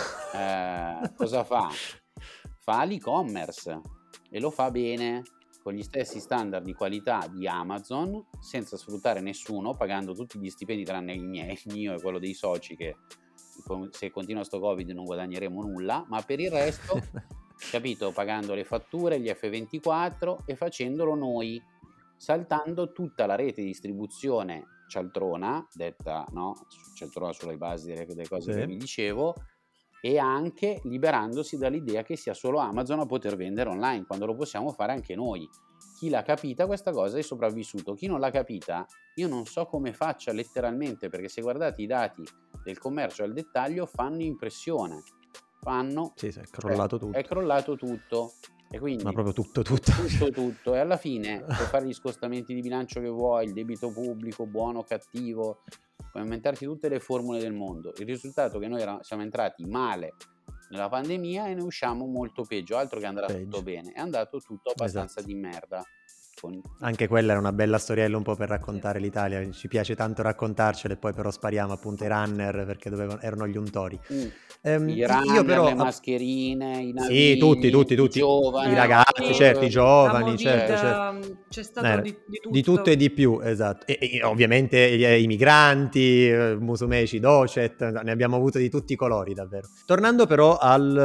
cosa fa? Fa l'e-commerce e lo fa bene, con gli stessi standard di qualità di Amazon, senza sfruttare nessuno, pagando tutti gli stipendi tranne il mio e quello dei soci, che se continua sto Covid non guadagneremo nulla, ma per il resto capito, pagando le fatture, gli F24, e facendolo noi, saltando tutta la rete di distribuzione cialtrona, detta no, cialtrona sulle basi delle cose che vi dicevo, e anche liberandosi dall'idea che sia solo Amazon a poter vendere online, quando lo possiamo fare anche noi. Chi l'ha capita questa cosa è sopravvissuto, chi non l'ha capita io non so come faccia letteralmente, perché se guardate i dati del commercio al dettaglio fanno impressione. Sì, è crollato tutto. È crollato tutto. E quindi, ma proprio tutto. E alla fine puoi fare gli scostamenti di bilancio che vuoi, il debito pubblico, buono o cattivo, puoi inventarti tutte le formule del mondo. Il risultato è che noi siamo entrati male nella pandemia e ne usciamo molto peggio, altro che andrà tutto bene. È andato tutto abbastanza di merda. Anche quella era una bella storiella un po' per raccontare l'Italia, ci piace tanto raccontarcela, e poi però spariamo appunto i runner perché erano gli untori. I runner, però, le mascherine, i navigli, tutti, i giovani, i ragazzi, certo, i giovani, certo. C'è stato di tutto e di più, esatto, e ovviamente i migranti, Musumeci, Docet, ne abbiamo avuto di tutti i colori davvero. Tornando però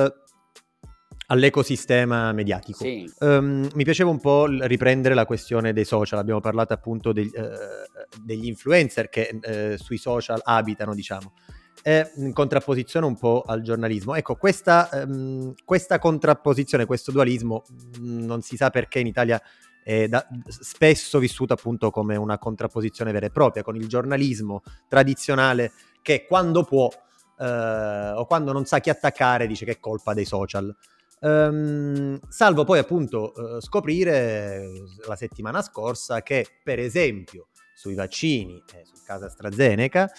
all'ecosistema mediatico. Mi piaceva un po' riprendere la questione dei social. Abbiamo parlato appunto degli influencer che sui social abitano, diciamo, in contrapposizione un po' al giornalismo. Ecco, questa contrapposizione, questo dualismo, non si sa perché in Italia è spesso vissuto appunto come una contrapposizione vera e propria, con il giornalismo tradizionale che quando può o quando non sa chi attaccare dice che è colpa dei social. Salvo poi appunto scoprire la settimana scorsa che per esempio sui vaccini e sul caso AstraZeneca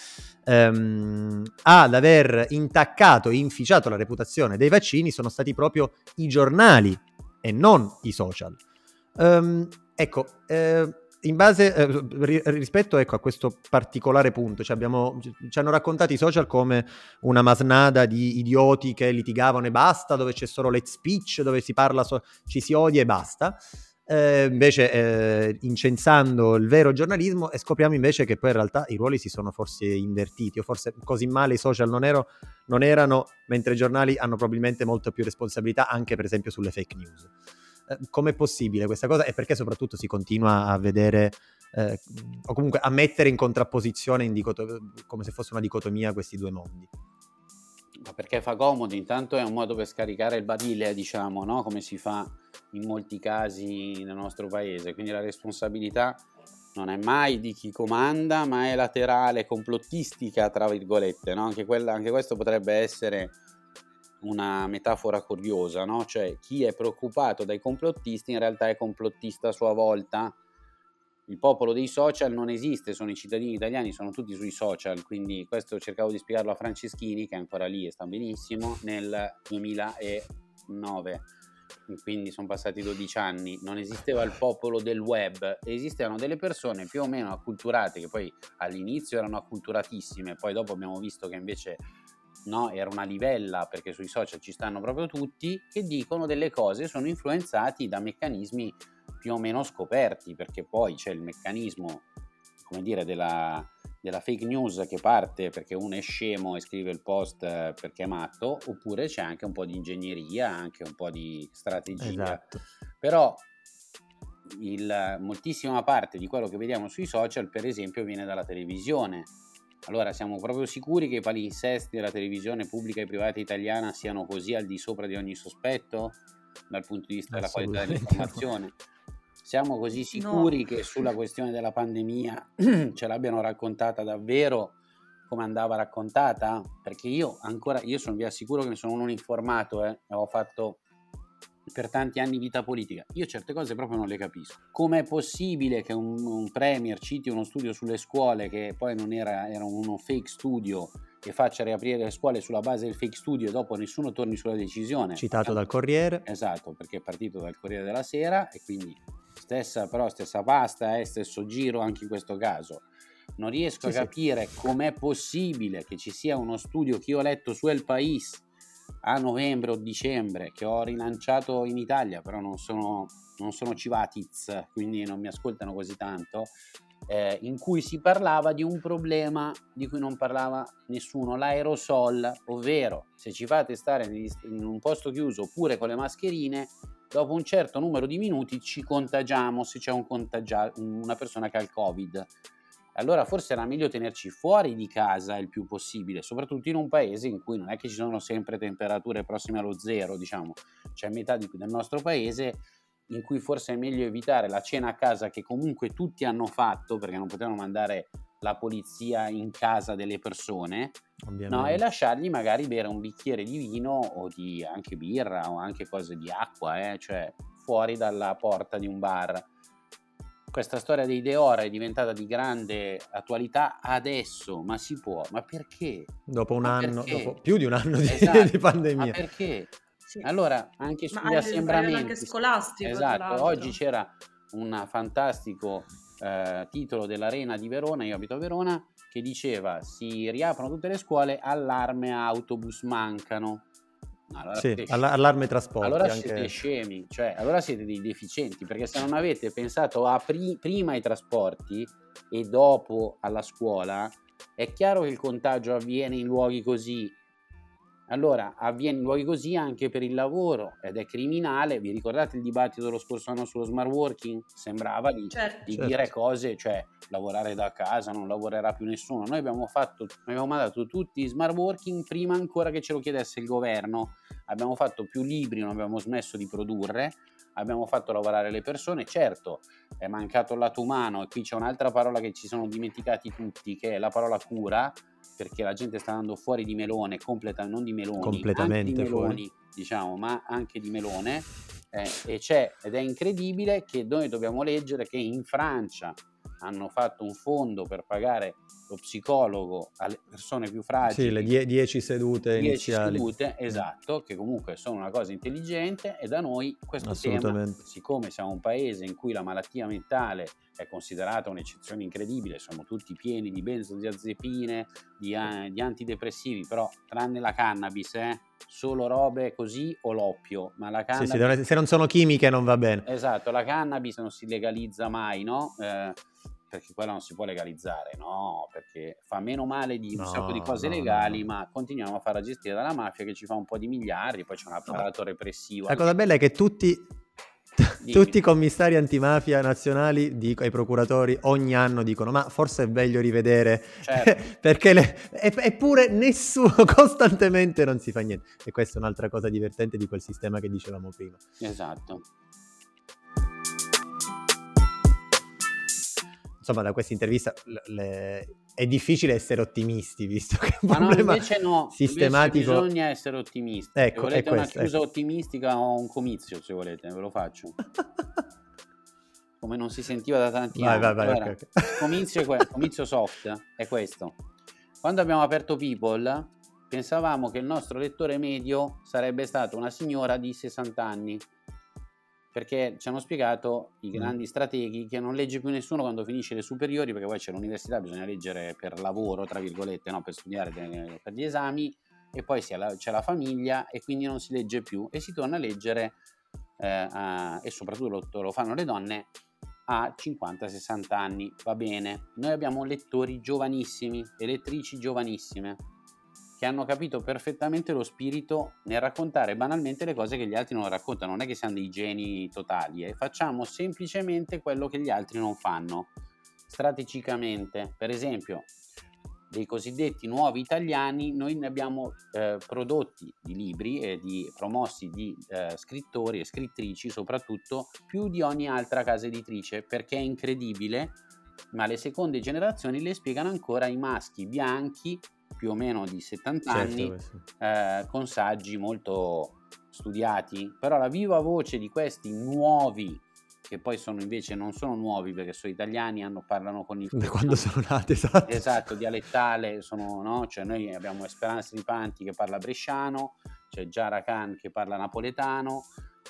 ad aver intaccato e inficiato la reputazione dei vaccini sono stati proprio i giornali e non i social. Ecco, in base rispetto a questo particolare punto ci hanno raccontato i social come una masnada di idioti che litigavano e basta, dove c'è solo l'hate speech, dove si parla ci si odia e basta, invece incensando il vero giornalismo, e scopriamo invece che poi in realtà i ruoli si sono forse invertiti, o forse così male i social non erano, mentre i giornali hanno probabilmente molto più responsabilità anche per esempio sulle fake news. Com'è possibile questa cosa, e perché soprattutto si continua a vedere o comunque a mettere in contrapposizione come se fosse una dicotomia questi due mondi? Ma perché fa comodo, intanto è un modo per scaricare il barile, diciamo, no? Come si fa in molti casi nel nostro paese, quindi la responsabilità non è mai di chi comanda, ma è laterale, complottistica, tra virgolette, no? Anche questo potrebbe essere una metafora curiosa, no? Cioè chi è preoccupato dai complottisti in realtà è complottista a sua volta. Il popolo dei social non esiste, sono i cittadini italiani, sono tutti sui social, quindi questo cercavo di spiegarlo a Franceschini, che è ancora lì e sta benissimo, nel 2009, quindi sono passati 12 anni. Non esisteva il popolo del web, esistevano delle persone più o meno acculturate, che poi all'inizio erano acculturatissime, poi dopo abbiamo visto che invece no? Era una livella, perché sui social ci stanno proprio tutti, che dicono delle cose, sono influenzati da meccanismi più o meno scoperti, perché poi c'è il meccanismo, come dire, della fake news che parte perché uno è scemo e scrive il post perché è matto, oppure c'è anche un po' di ingegneria, anche un po' di strategia. Esatto. Però moltissima parte di quello che vediamo sui social, per esempio, viene dalla televisione. Allora, siamo proprio sicuri che i palinsesti della televisione pubblica e privata italiana siano così al di sopra di ogni sospetto dal punto di vista della qualità dell'informazione? Siamo così sicuri che sulla questione della pandemia ce l'abbiano raccontata davvero come andava raccontata? Perché io vi assicuro che ne sono un informato, ho fatto per tanti anni vita politica, io certe cose proprio non le capisco. Com'è possibile che un premier citi uno studio sulle scuole che poi non era uno fake studio e faccia riaprire le scuole sulla base del fake studio e dopo nessuno torni sulla decisione? Citato dal Corriere. Esatto, perché è partito dal Corriere della Sera e quindi stessa pasta, stesso giro anche in questo caso. Non riesco a capire com'è possibile che ci sia uno studio che io ho letto su El País a novembre o dicembre, che ho rilanciato in Italia, però non sono Civatiz, quindi non mi ascoltano così tanto, in cui si parlava di un problema di cui non parlava nessuno, l'aerosol, ovvero se ci fate stare in un posto chiuso oppure con le mascherine, dopo un certo numero di minuti ci contagiamo se c'è una persona che ha il Covid. Allora forse era meglio tenerci fuori di casa il più possibile, soprattutto in un paese in cui non è che ci sono sempre temperature prossime allo zero, diciamo, c'è metà del nostro paese in cui forse è meglio evitare la cena a casa che comunque tutti hanno fatto, perché non potevano mandare la polizia in casa delle persone, no, e lasciargli magari bere un bicchiere di vino o di anche birra o anche cose di acqua, cioè fuori dalla porta di un bar. Questa storia dei Deora è diventata di grande attualità adesso, ma si può? Ma perché? Dopo un anno, dopo più di un anno esatto, di pandemia. Ma perché? Sì. Allora, anche sugli assembramenti, anche scolastico, esatto, oggi c'era un fantastico titolo dell'Arena di Verona, io abito a Verona, che diceva: si riaprono tutte le scuole, allarme autobus mancano. Allora, allarme trasporti. Allora anche... siete scemi, cioè allora siete dei deficienti, perché se non avete pensato a prima ai trasporti e dopo alla scuola, è chiaro che il contagio avviene in luoghi così. Allora avviene in luoghi così anche per il lavoro ed è criminale. Vi ricordate il dibattito dello scorso anno sullo smart working? Sembrava di dire cose, cioè lavorare da casa, non lavorerà più nessuno. Noi abbiamo mandato tutti smart working prima ancora che ce lo chiedesse il governo. Abbiamo fatto più libri, non abbiamo smesso di produrre, abbiamo fatto lavorare le persone. Certo, è mancato il lato umano e qui c'è un'altra parola che ci sono dimenticati tutti, che è la parola cura, perché la gente sta andando fuori di melone, non di meloni, completamente anche di meloni, fuori, diciamo, ma anche di melone, ed è incredibile che noi dobbiamo leggere che in Francia hanno fatto un fondo per pagare lo psicologo alle persone più fragili. Sì, le 10 sedute iniziali. 10 sedute, esatto, che comunque sono una cosa intelligente, e da noi questo tema, siccome siamo un paese in cui la malattia mentale è considerata un'eccezione incredibile, siamo tutti pieni di benzodiazepine, di antidepressivi, però tranne la cannabis, solo robe così, o l'oppio, ma la cannabis... Sì, se non sono chimiche non va bene. Esatto, la cannabis non si legalizza mai, no? Perché quella non si può legalizzare, no? Perché fa meno male di un sacco di cose legali, ma continuiamo a farla gestire dalla mafia che ci fa un po' di miliardi, poi c'è un apparato repressivo. La cosa bella è che tutti i commissari antimafia nazionali ai procuratori ogni anno dicono: ma forse è meglio rivedere, perché eppure nessuno, costantemente non si fa niente. E questa è un'altra cosa divertente di quel sistema che dicevamo prima. Esatto. Insomma, da questa intervista è difficile essere ottimisti, visto che è un ma problema invece sistematico. Invece bisogna essere ottimisti. Ecco, se volete una chiusa ottimistica o un comizio, se volete, ve lo faccio. Come non si sentiva da tanti anni. Vai, okay. Comizio soft è questo. Quando abbiamo aperto People, pensavamo che il nostro lettore medio sarebbe stato una signora di 60 anni. Perché ci hanno spiegato i grandi strateghi che non legge più nessuno quando finisce le superiori, perché poi c'è l'università, bisogna leggere per lavoro, tra virgolette, no? Per studiare per gli esami, e poi c'è la famiglia e quindi non si legge più e si torna a leggere e soprattutto lo fanno le donne a 50-60 anni, va bene. Noi abbiamo lettori giovanissimi e lettrici giovanissime che hanno capito perfettamente lo spirito nel raccontare banalmente le cose che gli altri non raccontano. Non è che siamo dei geni totali, facciamo semplicemente quello che gli altri non fanno strategicamente. Per esempio, dei cosiddetti nuovi italiani, noi ne abbiamo prodotti di libri e promossi di scrittori e scrittrici, soprattutto più di ogni altra casa editrice, perché è incredibile, ma le seconde generazioni le spiegano ancora i maschi bianchi più o meno di 70 anni, con saggi molto studiati. Però la viva voce di questi nuovi, che poi non sono nuovi perché sono italiani, parlano con il quando sono nati, esatto, dialettale, no? Cioè noi abbiamo Esperanza Ripanti che parla bresciano, c'è Giara Khan che parla napoletano,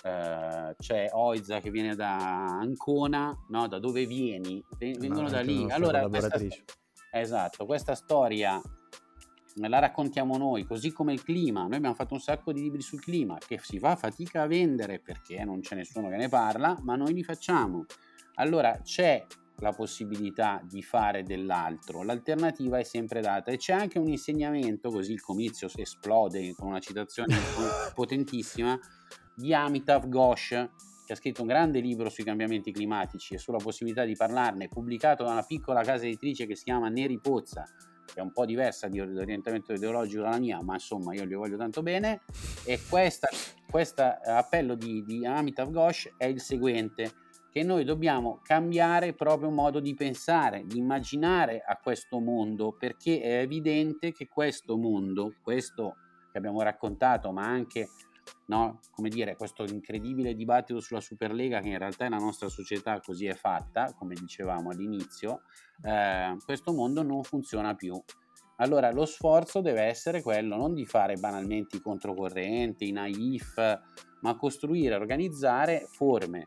c'è Oiza che viene da Ancona, no? Da dove vieni? Vengono da lì. Allora questa storia la raccontiamo noi, così come il clima. Noi abbiamo fatto un sacco di libri sul clima che si fa fatica a vendere perché non c'è nessuno che ne parla, ma noi li facciamo. Allora c'è la possibilità di fare dell'altro, l'alternativa è sempre data, e c'è anche un insegnamento, così il comizio esplode con una citazione potentissima di Amitav Ghosh, che ha scritto un grande libro sui cambiamenti climatici e sulla possibilità di parlarne, pubblicato da una piccola casa editrice che si chiama Neri Pozza, che è un po' diversa di orientamento ideologico dalla mia, ma insomma io li voglio tanto bene. E questo appello di Amitav Ghosh è il seguente, che noi dobbiamo cambiare proprio modo di pensare, di immaginare a questo mondo, perché è evidente che questo mondo, questo che abbiamo raccontato, ma anche, no, come dire, questo incredibile dibattito sulla Superlega, che in realtà è la nostra società così è fatta, come dicevamo all'inizio, questo mondo non funziona più. Allora lo sforzo deve essere quello non di fare banalmente i controcorrenti, i naif, ma costruire, organizzare forme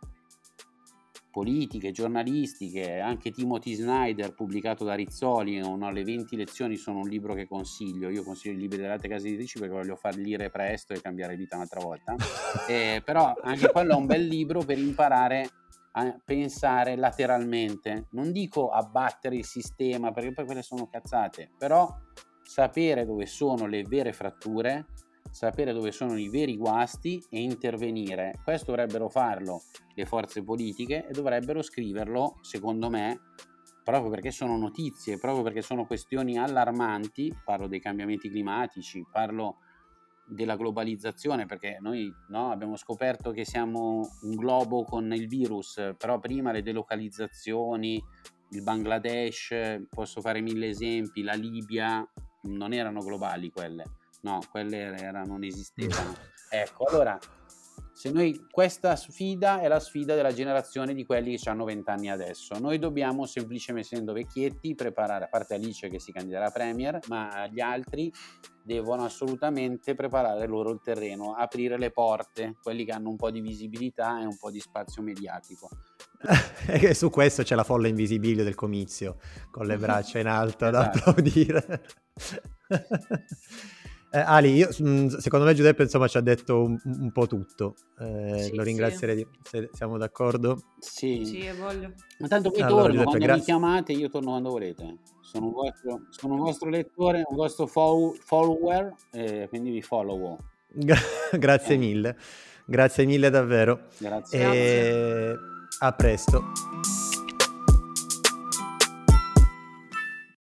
politiche, giornalistiche. Anche Timothy Snyder, pubblicato da Rizzoli, Le 20 lezioni, sono un libro che consiglio. Io consiglio i libri delle altre case editrici perché voglio fallire presto e cambiare vita un'altra volta. Però anche quello è un bel libro per imparare a pensare lateralmente. Non dico abbattere il sistema, perché poi quelle sono cazzate, però sapere dove sono le vere fratture, sapere dove sono i veri guasti e intervenire. Questo dovrebbero farlo le forze politiche e dovrebbero scriverlo, secondo me, proprio perché sono notizie, proprio perché sono questioni allarmanti. Parlo dei cambiamenti climatici, parlo della globalizzazione, perché noi, no, abbiamo scoperto che siamo un globo con il virus, però prima le delocalizzazioni, il Bangladesh, posso fare 1000 esempi, la Libia, non erano globali quelle. No, quelle non esistevano. Ecco, allora, se noi, questa sfida è la sfida della generazione di quelli che hanno 20 anni adesso. Noi dobbiamo semplicemente, essendo vecchietti, preparare, a parte Alice che si candiderà a Premier, ma gli altri devono assolutamente preparare loro il terreno, aprire le porte, quelli che hanno un po' di visibilità e un po' di spazio mediatico. E su questo c'è la folla invisibile del comizio, con le braccia in alto da applaudire. Ali, secondo me Giuseppe insomma ci ha detto un po' tutto, lo ringrazierei, se siamo d'accordo. Sì, voglio. Ma tanto poi allora, torno, Giuseppe, quando mi chiamate io torno quando volete. Sono un vostro lettore, un vostro follower, quindi vi follow. Grazie mille davvero. Grazie. A presto.